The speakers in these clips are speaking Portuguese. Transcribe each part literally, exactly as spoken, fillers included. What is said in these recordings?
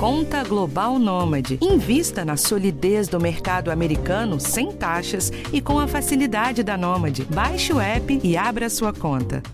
Conta Global Nômade. Invista na solidez do mercado americano sem taxas e com a facilidade da Nômade. Baixe o app e abra sua conta.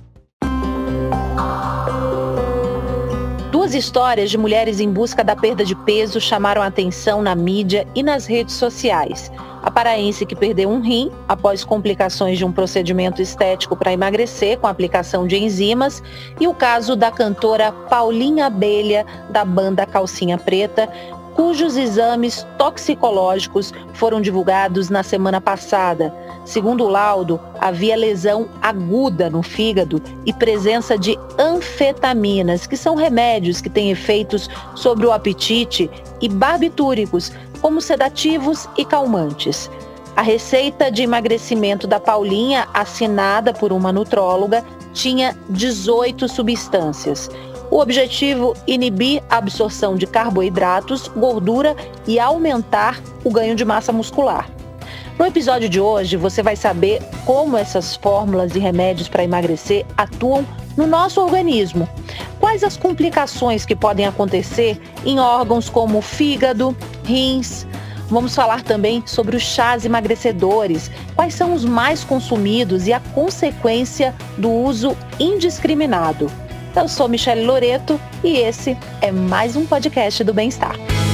Duas histórias de mulheres em busca da perda de peso chamaram a atenção na mídia e nas redes sociais. A paraense que perdeu um rim após complicações de um procedimento estético para emagrecer com a aplicação de enzimas e o caso da cantora Paulinha Abelha, da banda Calcinha Preta, cujos exames toxicológicos foram divulgados na semana passada. Segundo o laudo, havia lesão aguda no fígado e presença de anfetaminas, que são remédios que têm efeitos sobre o apetite, e barbitúricos, como sedativos e calmantes. A receita de emagrecimento da Paulinha, assinada por uma nutróloga, tinha dezoito substâncias. O objetivo, inibir a absorção de carboidratos, gordura e aumentar o ganho de massa muscular. No episódio de hoje, você vai saber como essas fórmulas e remédios para emagrecer atuam no nosso organismo. Quais as complicações que podem acontecer em órgãos como fígado, rins. Vamos falar também sobre os chás emagrecedores, quais são os mais consumidos e a consequência do uso indiscriminado. Eu sou Michele Loreto e esse é mais um podcast do Bem-Estar.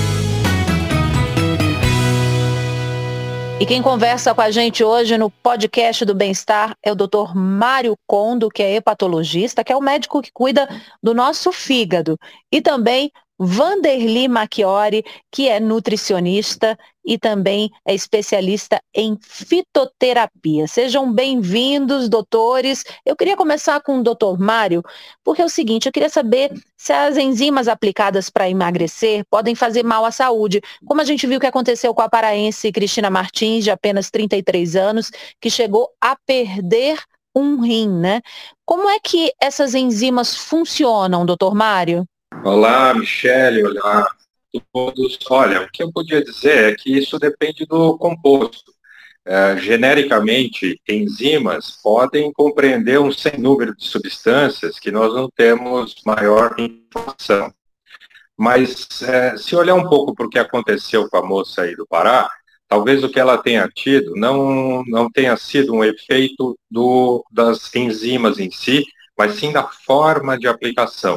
E quem conversa com a gente hoje no podcast do Bem-Estar é o doutor Mário Kondo, que é hepatologista, que é o médico que cuida do nosso fígado, e também Vanderly Macchiori, que é nutricionista e também é especialista em fitoterapia. Sejam bem-vindos, doutores. Eu queria começar com o doutor Mário, porque é o seguinte, eu queria saber se as enzimas aplicadas para emagrecer podem fazer mal à saúde, como a gente viu que aconteceu com a paraense Cristina Martins, de apenas trinta e três anos, que chegou a perder um rim, né? Como é que essas enzimas funcionam, doutor Mário? Olá, Michele, olá a todos. Olha, o que eu podia dizer é que isso depende do composto. É, genericamente, enzimas podem compreender um sem número de substâncias que nós não temos maior informação. Mas, é, se olhar um pouco para o que aconteceu com a moça aí do Pará, talvez o que ela tenha tido não, não tenha sido um efeito do, das enzimas em si, mas sim da forma de aplicação.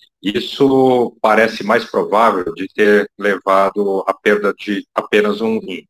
Isso parece mais provável de ter levado à perda de apenas um rim.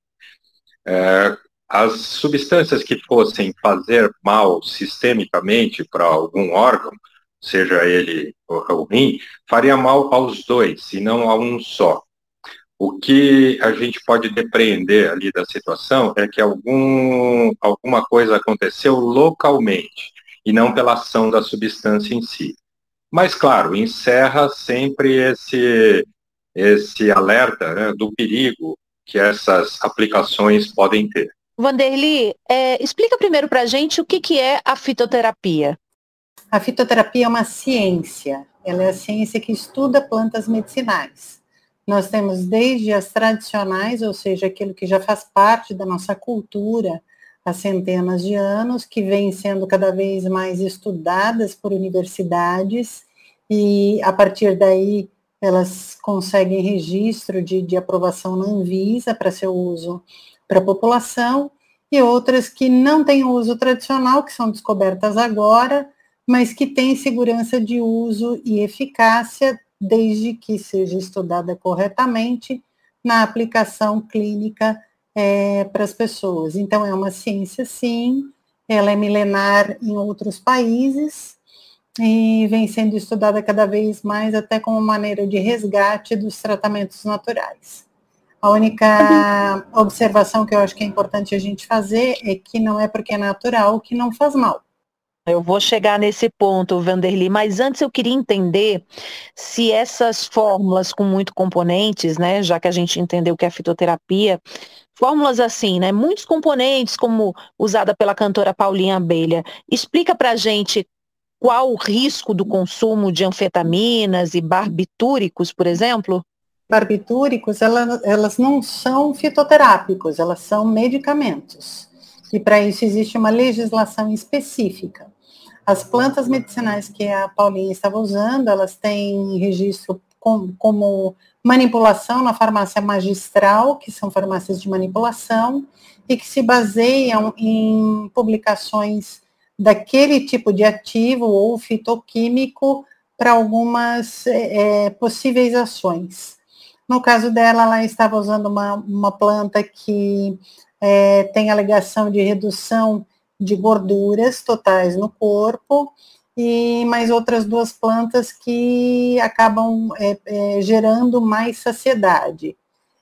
É, as substâncias que fossem fazer mal sistemicamente para algum órgão, seja ele o, o rim, faria mal aos dois e não a um só. O que a gente pode depreender ali da situação é que algum, alguma coisa aconteceu localmente e não pela ação da substância em si. Mas, claro, encerra sempre esse, esse alerta, né, do perigo que essas aplicações podem ter. Vanderly, é, explica primeiro para a gente o que, que é a fitoterapia. A fitoterapia é uma ciência, ela é a ciência que estuda plantas medicinais. Nós temos desde as tradicionais, ou seja, aquilo que já faz parte da nossa cultura há centenas de anos, que vêm sendo cada vez mais estudadas por universidades, e a partir daí elas conseguem registro de, de aprovação na Anvisa para seu uso para a população, e outras que não têm uso tradicional, que são descobertas agora, mas que têm segurança de uso e eficácia, desde que seja estudada corretamente na aplicação clínica É, para as pessoas. Então, é uma ciência, sim, ela é milenar em outros países e vem sendo estudada cada vez mais até como maneira de resgate dos tratamentos naturais. A única observação que eu acho que é importante a gente fazer é que não é porque é natural que não faz mal. Eu vou chegar nesse ponto, Vanderly, mas antes eu queria entender se essas fórmulas com muito componentes, né, já que a gente entendeu que é a fitoterapia, fórmulas assim, né, muitos componentes, como usada pela cantora Paulinha Abelha, explica pra gente qual o risco do consumo de anfetaminas e barbitúricos, por exemplo? Barbitúricos, elas, elas não são fitoterápicos, elas são medicamentos. E para isso existe uma legislação específica. As plantas medicinais que a Paulinha estava usando, elas têm registro com, como manipulação na farmácia magistral, que são farmácias de manipulação, e que se baseiam em publicações daquele tipo de ativo ou fitoquímico para algumas é, possíveis ações. No caso dela, ela estava usando uma, uma planta que é, tem alegação de redução de gorduras totais no corpo, e mais outras duas plantas que acabam é, é, gerando mais saciedade.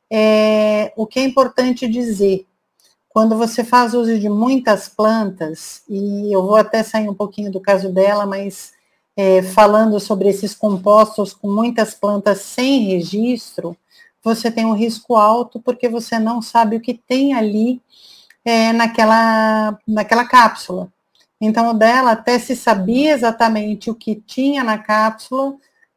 É, o que é importante dizer, quando você faz uso de muitas plantas, e eu vou até sair um pouquinho do caso dela, mas é, falando sobre esses compostos com muitas plantas sem registro, você tem um risco alto, porque você não sabe o que tem ali é, naquela, naquela cápsula. Então, o dela até se sabia exatamente o que tinha na cápsula,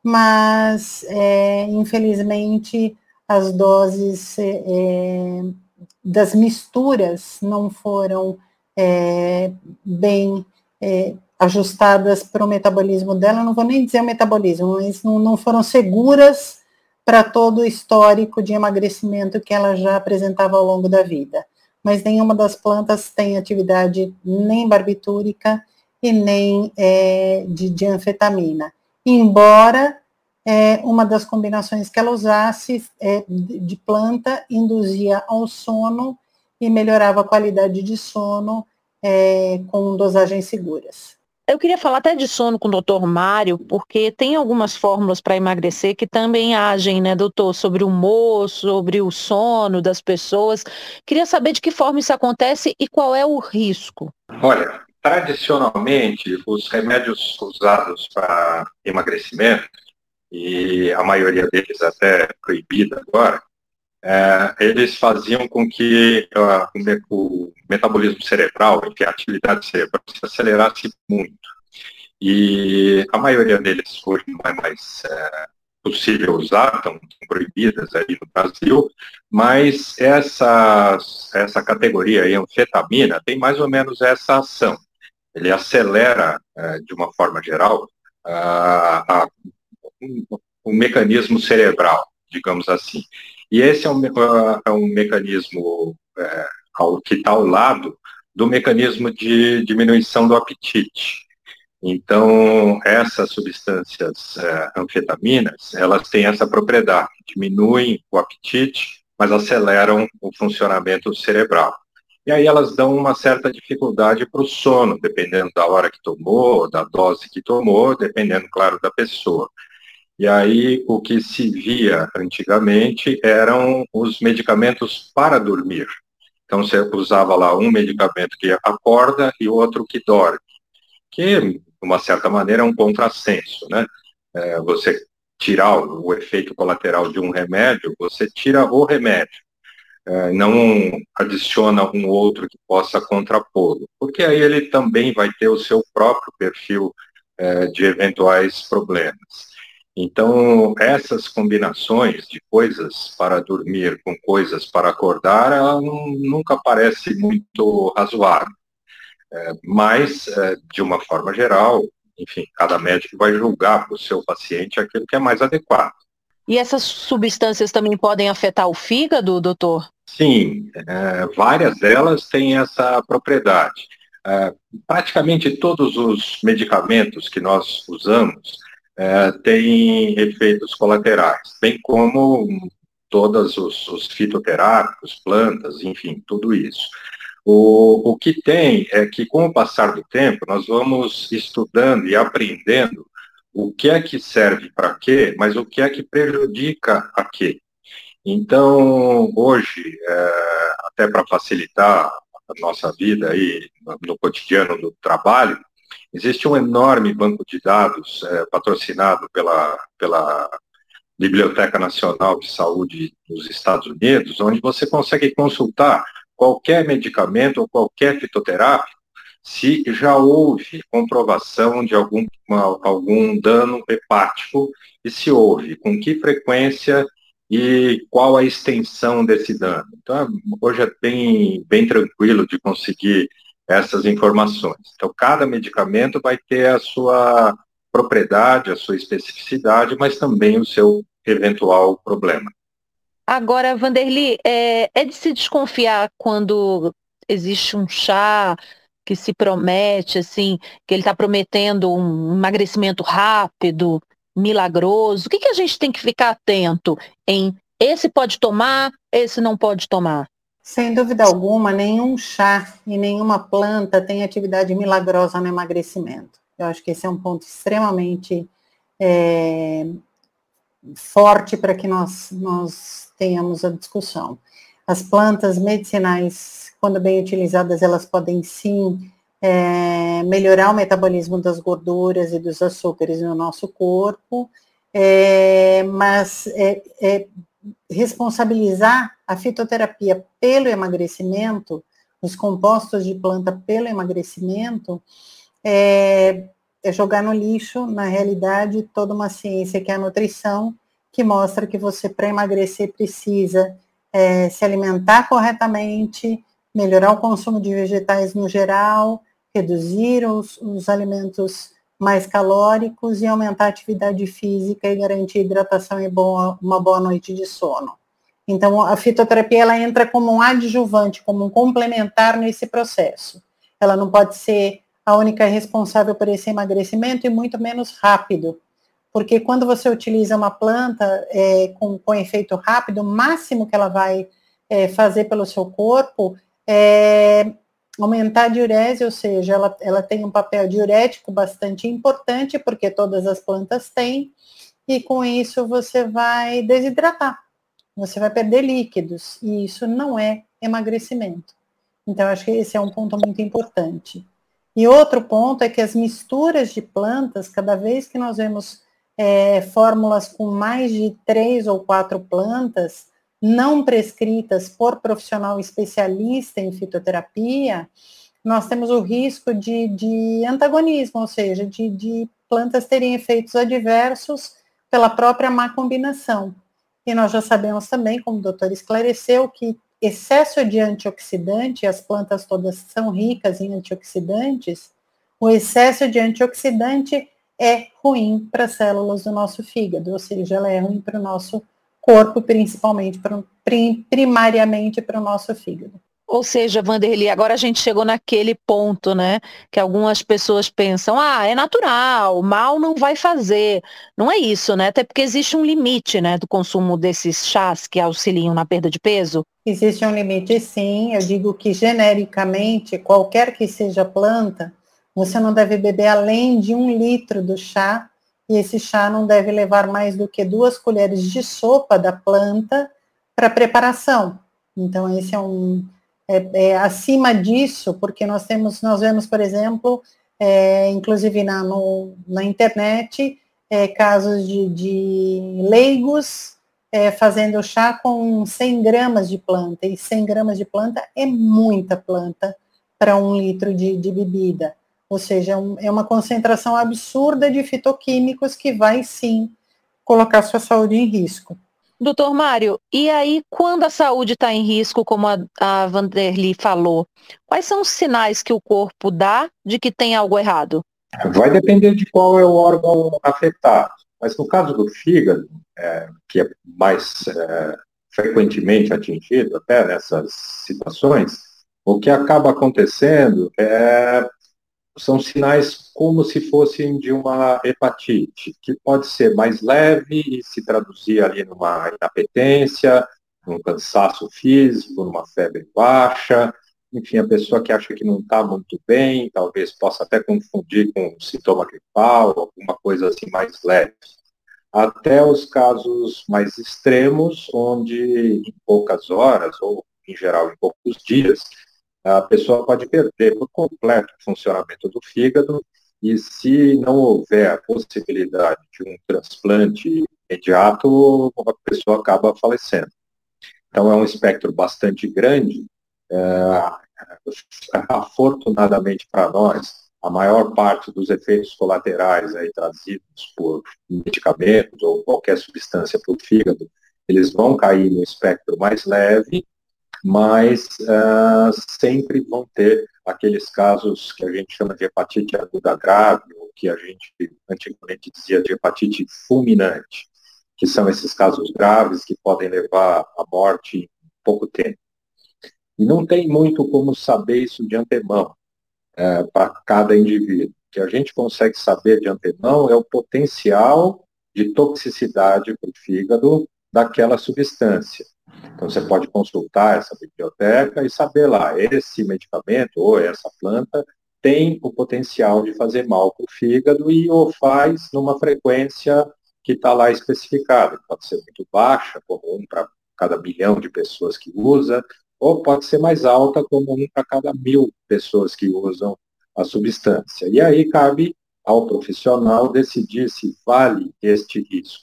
mas, é, infelizmente, as doses é, das misturas não foram é, bem é, ajustadas para o metabolismo dela. Não vou nem dizer o metabolismo, mas não, não foram seguras para todo o histórico de emagrecimento que ela já apresentava ao longo da vida. Mas nenhuma das plantas tem atividade nem barbitúrica e nem é, de, de anfetamina. Embora é, uma das combinações que ela usasse é, de planta induzia ao sono e melhorava a qualidade de sono é, com dosagens seguras. Eu queria falar até de sono com o doutor Mário, porque tem algumas fórmulas para emagrecer que também agem, né, doutor, sobre o humor, sobre o sono das pessoas. Queria saber de que forma isso acontece e qual é o risco. Olha, tradicionalmente, os remédios usados para emagrecimento, e a maioria deles até proibida agora, é, eles faziam com que uh, o metabolismo cerebral, que a atividade cerebral, se acelerasse muito. E a maioria deles hoje não é mais é, possível usar, estão proibidas aí no Brasil, mas essa, essa categoria aí, anfetamina, tem mais ou menos essa ação. Ele acelera, é, de uma forma geral, a, a, um, um mecanismo cerebral, digamos assim. E esse é um, é um mecanismo é, que está ao lado do mecanismo de diminuição do apetite. Então, essas substâncias é, anfetaminas, elas têm essa propriedade, diminuem o apetite, mas aceleram o funcionamento cerebral. E aí elas dão uma certa dificuldade para o sono, dependendo da hora que tomou, da dose que tomou, dependendo, claro, da pessoa. E aí, o que se via antigamente eram os medicamentos para dormir. Então, você usava lá um medicamento que acorda e outro que dorme, que, de uma certa maneira, é um contrassenso, né? É, você tirar o, o efeito colateral de um remédio, você tira o remédio, é, não adiciona um outro que possa contrapô-lo, porque aí ele também vai ter o seu próprio perfil é, de eventuais problemas. Então, essas combinações de coisas para dormir com coisas para acordar, ela nunca parece muito razoável. É, mas, é, de uma forma geral, enfim, cada médico vai julgar para o seu paciente aquilo que é mais adequado. E essas substâncias também podem afetar o fígado, doutor? Sim, é, várias delas têm essa propriedade. É, praticamente todos os medicamentos que nós usamos É, tem efeitos colaterais, bem como todos os, os fitoterápicos, plantas, enfim, tudo isso. O, o que tem é que, com o passar do tempo, nós vamos estudando e aprendendo o que é que serve para quê, mas o que é que prejudica a quê. Então, hoje, é, até para facilitar a nossa vida aí, no, no cotidiano do trabalho, existe um enorme banco de dados é, patrocinado pela, pela Biblioteca Nacional de Saúde dos Estados Unidos, onde você consegue consultar qualquer medicamento ou qualquer fitoterápico, se já houve comprovação de algum, uma, algum dano hepático, e se houve, com que frequência e qual a extensão desse dano. Então, hoje é bem, bem tranquilo de conseguir essas informações. Então, cada medicamento vai ter a sua propriedade, a sua especificidade, mas também o seu eventual problema. Agora, Vanderly, é, é de se desconfiar quando existe um chá que se promete, assim, que ele está prometendo um emagrecimento rápido, milagroso. O que que a gente tem que ficar atento em esse pode tomar, esse não pode tomar? Sem dúvida alguma, nenhum chá e nenhuma planta tem atividade milagrosa no emagrecimento. Eu acho que esse é um ponto extremamente é, forte para que nós, nós tenhamos a discussão. As plantas medicinais, quando bem utilizadas, elas podem sim é, melhorar o metabolismo das gorduras e dos açúcares no nosso corpo, é, mas é, é, responsabilizar a fitoterapia pelo emagrecimento, os compostos de planta pelo emagrecimento, é, é jogar no lixo, na realidade, toda uma ciência que é a nutrição, que mostra que você, para emagrecer, precisa é, se alimentar corretamente, melhorar o consumo de vegetais no geral, reduzir os, os alimentos mais calóricos e aumentar a atividade física e garantir hidratação e boa, uma boa noite de sono. Então, a fitoterapia, ela entra como um adjuvante, como um complementar nesse processo. Ela não pode ser a única responsável por esse emagrecimento e muito menos rápido, porque quando você utiliza uma planta é, com, com efeito rápido, o máximo que ela vai é, fazer pelo seu corpo é aumentar a diurese, ou seja, ela, ela tem um papel diurético bastante importante, porque todas as plantas têm, e com isso você vai desidratar, você vai perder líquidos, e isso não é emagrecimento. Então, acho que esse é um ponto muito importante. E outro ponto é que as misturas de plantas, cada vez que nós vemos é, fórmulas com mais de três ou quatro plantas, não prescritas por profissional especialista em fitoterapia, nós temos o risco de, de antagonismo, ou seja, de, de plantas terem efeitos adversos pela própria má combinação. E nós já sabemos também, como o doutor esclareceu, que excesso de antioxidante, as plantas todas são ricas em antioxidantes, o excesso de antioxidante é ruim para as células do nosso fígado, ou seja, ela é ruim para o nosso corpo, principalmente, pra, primariamente para o nosso fígado. Ou seja, Vanderly, agora a gente chegou naquele ponto, né, que algumas pessoas pensam, ah, é natural, mal não vai fazer. Não é isso, né, até porque existe um limite, né, do consumo desses chás que auxiliam na perda de peso. Existe um limite, sim. Eu digo que, genericamente, qualquer que seja a planta, você não deve beber além de um litro do chá, e esse chá não deve levar mais do que duas colheres de sopa da planta para preparação. Então, esse é um... É, é, acima disso, porque nós temos, nós vemos, por exemplo, é, inclusive na, no, na internet, é, casos de, de leigos é, fazendo chá com cem gramas de planta, e cem gramas de planta é muita planta para um litro de, de bebida. Ou seja, um, é uma concentração absurda de fitoquímicos que vai, sim, colocar sua saúde em risco. Doutor Mário, e aí quando a saúde está em risco, como a, a Vanderly falou, quais são os sinais que o corpo dá de que tem algo errado? Vai depender de qual é o órgão afetado. Mas no caso do fígado, é, que é mais é, frequentemente atingido até nessas situações, o que acaba acontecendo é são sinais como se fossem de uma hepatite, que pode ser mais leve e se traduzir ali numa inapetência, num cansaço físico, numa febre baixa, enfim, a pessoa que acha que não está muito bem, talvez possa até confundir com um sintoma gripal, alguma coisa assim mais leve. Até os casos mais extremos, onde em poucas horas, ou em geral em poucos dias, a pessoa pode perder por completo o funcionamento do fígado, e se não houver a possibilidade de um transplante imediato, a pessoa acaba falecendo. Então é um espectro bastante grande. É, afortunadamente para nós, a maior parte dos efeitos colaterais aí trazidos por medicamentos ou qualquer substância para o fígado, eles vão cair no espectro mais leve, mas uh, sempre vão ter aqueles casos que a gente chama de hepatite aguda grave, ou que a gente antigamente dizia de hepatite fulminante, que são esses casos graves que podem levar à morte em pouco tempo. E não tem muito como saber isso de antemão, é, para cada indivíduo. O que a gente consegue saber de antemão é o potencial de toxicidade para o fígado daquela substância. Então, você pode consultar essa biblioteca e saber lá, esse medicamento ou essa planta tem o potencial de fazer mal para o fígado e o faz numa frequência que está lá especificada. Pode ser muito baixa, como um para cada bilhão de pessoas que usa, ou pode ser mais alta, como um para cada mil pessoas que usam a substância. E aí cabe ao profissional decidir se vale este risco.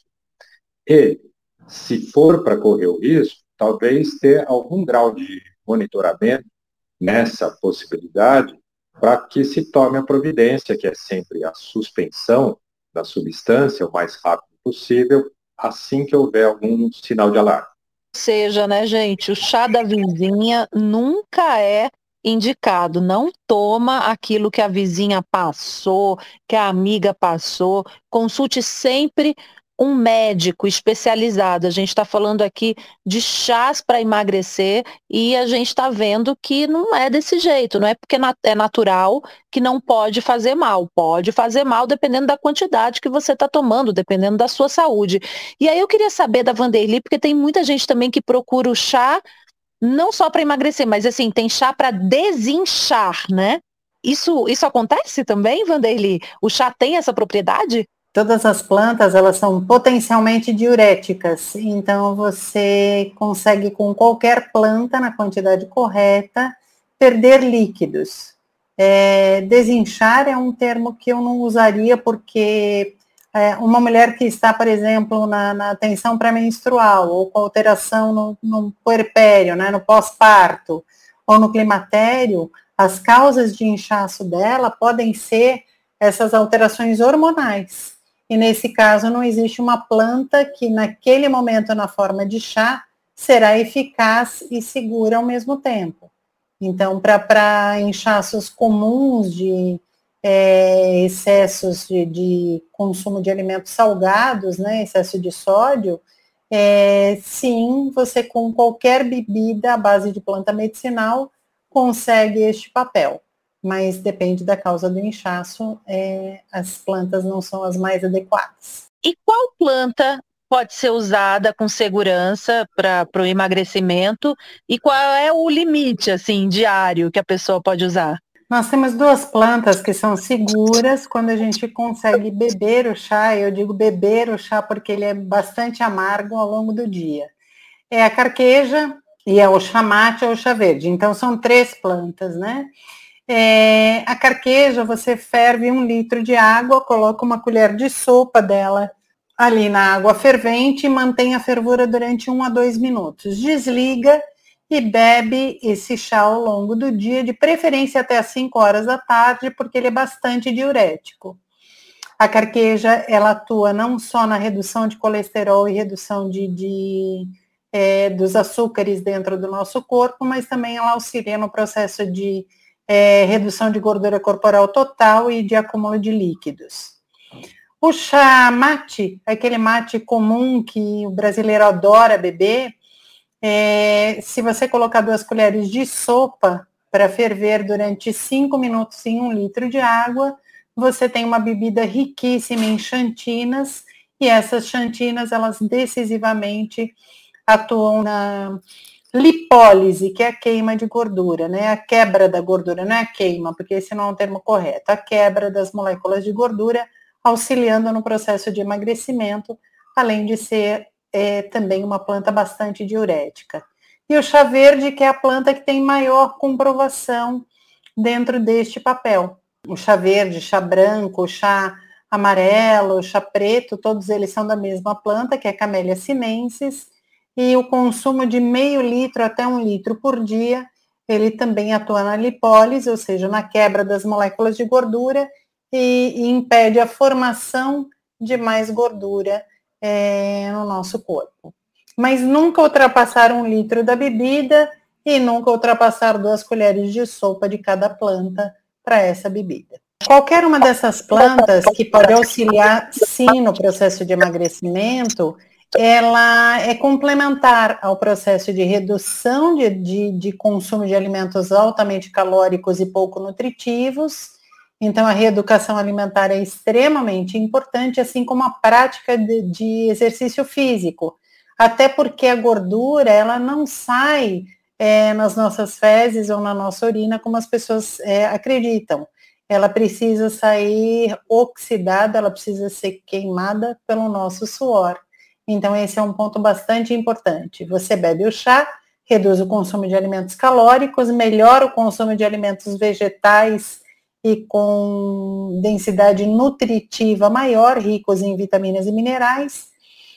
E, se for para correr o risco, talvez ter algum grau de monitoramento nessa possibilidade para que se tome a providência, que é sempre a suspensão da substância o mais rápido possível, assim que houver algum sinal de alarme. Ou seja, né, gente, o chá da vizinha nunca é indicado. Não toma aquilo que a vizinha passou, que a amiga passou. Consulte sempre um médico especializado. A gente está falando aqui de chás para emagrecer e a gente está vendo que não é desse jeito, não é porque é natural que não pode fazer mal. Pode fazer mal dependendo da quantidade que você está tomando, dependendo da sua saúde. E aí eu queria saber da Vanderly, porque tem muita gente também que procura o chá não só para emagrecer, mas assim, tem chá para desinchar, né? Isso, isso acontece também, Vanderly? O chá tem essa propriedade? Todas as plantas, elas são potencialmente diuréticas, então você consegue com qualquer planta, na quantidade correta, perder líquidos. É, desinchar é um termo que eu não usaria porque é, uma mulher que está, por exemplo, na, na tensão pré-menstrual ou com alteração no, no puerpério, né, no pós-parto ou no climatério, as causas de inchaço dela podem ser essas alterações hormonais. E nesse caso não existe uma planta que naquele momento na forma de chá será eficaz e segura ao mesmo tempo. Então, para inchaços comuns de é, excessos de, de consumo de alimentos salgados, né, excesso de sódio, é, sim, você com qualquer bebida à base de planta medicinal consegue este papel. Mas depende da causa do inchaço, é, as plantas não são as mais adequadas. E qual planta pode ser usada com segurança para o emagrecimento e qual é o limite assim, diário que a pessoa pode usar? Nós temos duas plantas que são seguras quando a gente consegue beber o chá. Eu digo beber o chá porque ele é bastante amargo ao longo do dia. É a carqueja e é o chá mate ou o chá verde. Então são três plantas, né? É, a carqueja, você ferve um litro de água, coloca uma colher de sopa dela ali na água fervente e mantém a fervura durante um a dois minutos. Desliga e bebe esse chá ao longo do dia, de preferência até às cinco horas da tarde, porque ele é bastante diurético. A carqueja, ela atua não só na redução de colesterol e redução de, de, é, dos açúcares dentro do nosso corpo, mas também ela auxilia no processo de É, redução de gordura corporal total e de acúmulo de líquidos. O chá mate, aquele mate comum que o brasileiro adora beber, é, se você colocar duas colheres de sopa para ferver durante cinco minutos em um litro de água, você tem uma bebida riquíssima em xantinas, e essas xantinas, elas decisivamente atuam na lipólise, que é a queima de gordura, né? A quebra da gordura, não é a queima, porque esse não é o termo correto, a quebra das moléculas de gordura, auxiliando no processo de emagrecimento, além de ser é, também uma planta bastante diurética. E o chá verde, que é a planta que tem maior comprovação dentro deste papel. O chá verde, chá branco, o chá amarelo, o chá preto, todos eles são da mesma planta, que é Camellia sinensis, e o consumo de meio litro até um litro por dia, ele também atua na lipólise, ou seja, na quebra das moléculas de gordura e, e impede a formação de mais gordura é, no nosso corpo. Mas nunca ultrapassar um litro da bebida e nunca ultrapassar duas colheres de sopa de cada planta para essa bebida. Qualquer uma dessas plantas que pode auxiliar, sim, no processo de emagrecimento, ela é complementar ao processo de redução de, de, de consumo de alimentos altamente calóricos e pouco nutritivos. Então, a reeducação alimentar é extremamente importante, assim como a prática de, de exercício físico. Até porque a gordura, ela não sai é, nas nossas fezes ou na nossa urina, como as pessoas é, acreditam. Ela precisa sair oxidada, ela precisa ser queimada pelo nosso suor. Então, esse é um ponto bastante importante. Você bebe o chá, reduz o consumo de alimentos calóricos, melhora o consumo de alimentos vegetais e com densidade nutritiva maior, ricos em vitaminas e minerais,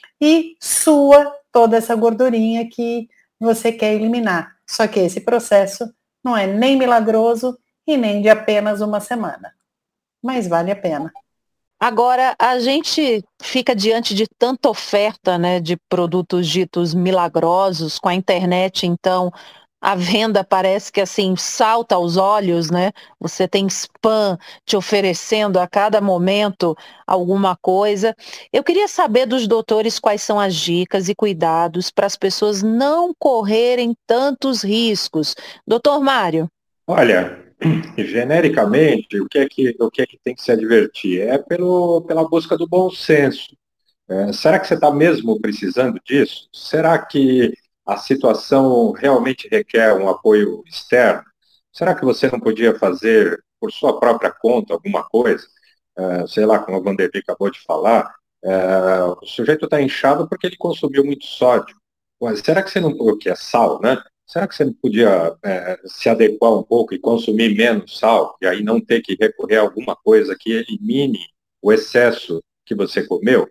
e sua toda essa gordurinha que você quer eliminar. Só que esse processo não é nem milagroso e nem de apenas uma semana, mas vale a pena. Agora, a gente fica diante de tanta oferta, né, de produtos ditos milagrosos, com a internet, então, a venda parece que, assim, salta aos olhos, né? Você tem spam te oferecendo a cada momento alguma coisa. Eu queria saber dos doutores quais são as dicas e cuidados para as pessoas não correrem tantos riscos. Doutor Mário. Olha, genericamente, o que é que, o que é que tem que se advertir? É pelo, pela busca do bom senso. É, será que você está mesmo precisando disso? Será que a situação realmente requer um apoio externo? Será que você não podia fazer por sua própria conta alguma coisa? É, sei lá, como a Vanderlei acabou de falar, é, o sujeito está inchado porque ele consumiu muito sódio. Ué, será que você não, o que é sal, né? Será que você não podia é, se adequar um pouco e consumir menos sal, e aí não ter que recorrer a alguma coisa que elimine o excesso que você comeu?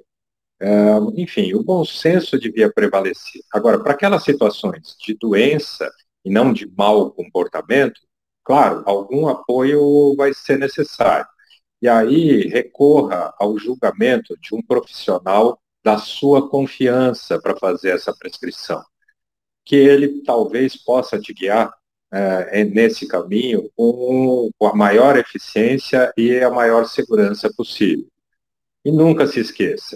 É, enfim, o bom senso devia prevalecer. Agora, para aquelas situações de doença e não de mau comportamento, claro, algum apoio vai ser necessário. E aí recorra ao julgamento de um profissional da sua confiança para fazer essa prescrição, que ele talvez possa te guiar é, nesse caminho com, com a maior eficiência e a maior segurança possível. E nunca se esqueça,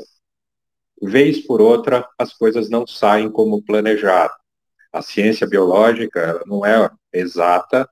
vez por outra, as coisas não saem como planejado. A ciência biológica ela não é exata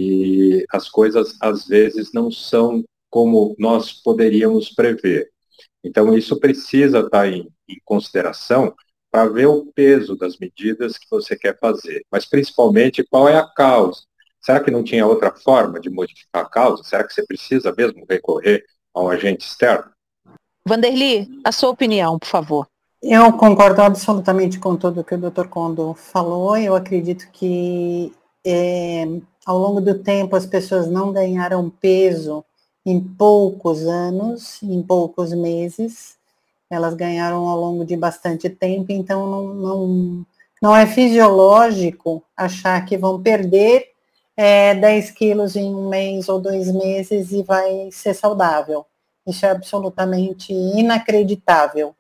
e as coisas, às vezes, não são como nós poderíamos prever. Então, isso precisa estar em, em consideração para ver o peso das medidas que você quer fazer, mas principalmente qual é a causa. Será que não tinha outra forma de modificar a causa? Será que você precisa mesmo recorrer a um agente externo? Vanderlei, a sua opinião, por favor. Eu concordo absolutamente com tudo que o doutor Kondo falou. Eu acredito que é, ao longo do tempo as pessoas não ganharam peso em poucos anos, em poucos meses. Elas ganharam ao longo de bastante tempo, então não, não, não é fisiológico achar que vão perder é, dez quilos em um mês ou dois meses e vai ser saudável. Isso é absolutamente inacreditável.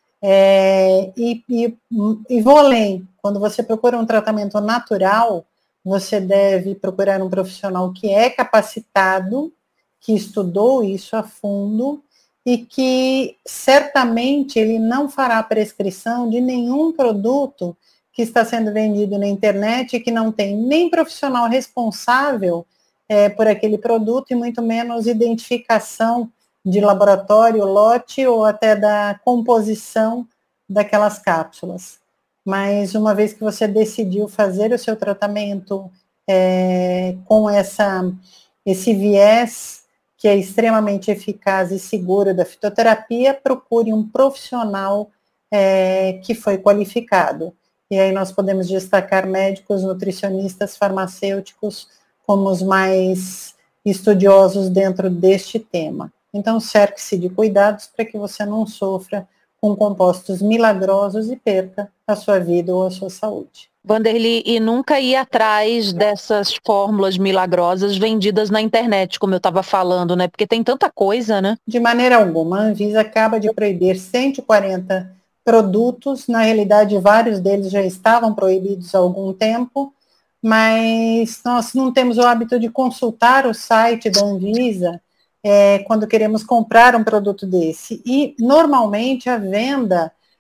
É, e, e, e vou além, quando você procura um tratamento natural, você deve procurar um profissional que é capacitado, que estudou isso a fundo e que certamente ele não fará prescrição de nenhum produto que está sendo vendido na internet e que não tem nem profissional responsável é, por aquele produto e muito menos identificação de laboratório, lote ou até da composição daquelas cápsulas. Mas uma vez que você decidiu fazer o seu tratamento é, com essa, esse viés que é extremamente eficaz e seguro da fitoterapia, procure um profissional é, que foi qualificado. E aí nós podemos destacar médicos, nutricionistas, farmacêuticos como os mais estudiosos dentro deste tema. Então, cerque-se de cuidados para que você não sofra com compostos milagrosos e perca a sua vida ou a sua saúde. Vanderlei, e nunca ir atrás dessas fórmulas milagrosas vendidas na internet, como eu estava falando, né? Porque tem tanta coisa, né? De maneira alguma. A Anvisa acaba de proibir cento e quarenta produtos. Na realidade, vários deles já estavam proibidos há algum tempo, mas nós não temos o hábito de consultar o site da Anvisa É, quando queremos comprar um produto desse. E, normalmente, a venda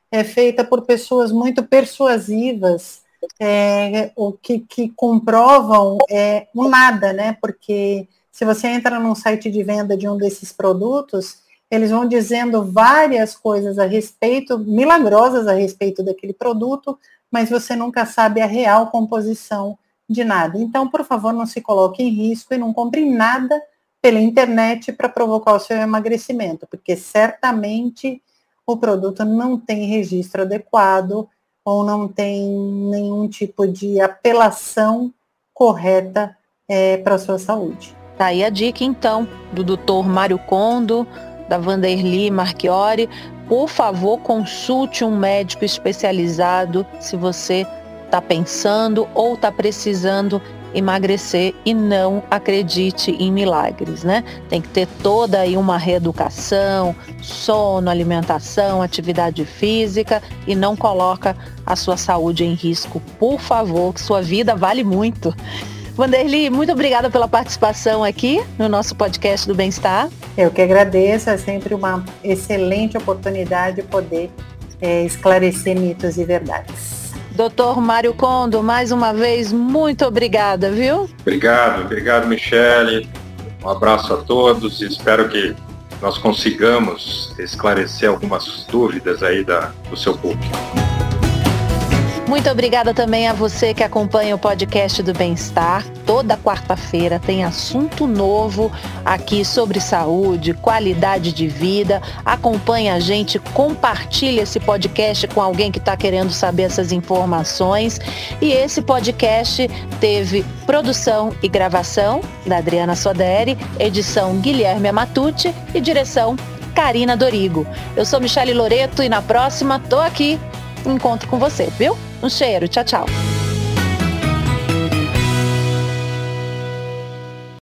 é feita por pessoas muito persuasivas, é, o que, que comprovam é, o nada, né? Porque se você entra num site de venda de um desses produtos, eles vão dizendo várias coisas a respeito, milagrosas a respeito daquele produto, mas você nunca sabe a real composição de nada. Então, por favor, não se coloque em risco e não compre nada pela internet para provocar o seu emagrecimento, porque certamente o produto não tem registro adequado ou não tem nenhum tipo de apelação correta é, para a sua saúde. Tá aí a dica, então, do doutor Mário Kondo, da Vanderly Marchiori. Por favor, consulte um médico especializado se você está pensando ou está precisando emagrecer e não acredite em milagres, né? Tem que ter toda aí uma reeducação, sono, alimentação, atividade física e não coloca a sua saúde em risco, por favor, que sua vida vale muito. Vanderly, muito obrigada pela participação aqui no nosso podcast do Bem-Estar. Eu que agradeço, é sempre uma excelente oportunidade poder é, esclarecer mitos e verdades. doutor Mário Kondo, mais uma vez, muito obrigada, viu? Obrigado, obrigado, Michele. Um abraço a todos e espero que nós consigamos esclarecer algumas dúvidas aí da, do seu público. Muito obrigada também a você que acompanha o podcast do Bem-Estar. Toda quarta-feira tem assunto novo aqui sobre saúde, qualidade de vida. Acompanhe a gente, compartilhe esse podcast com alguém que está querendo saber essas informações. E esse podcast teve produção e gravação da Adriana Soderi, edição Guilherme Amatucci e direção Karina Dorigo. Eu sou Michele Loreto e na próxima tô aqui. Encontro com você, viu? Um cheiro, tchau, tchau.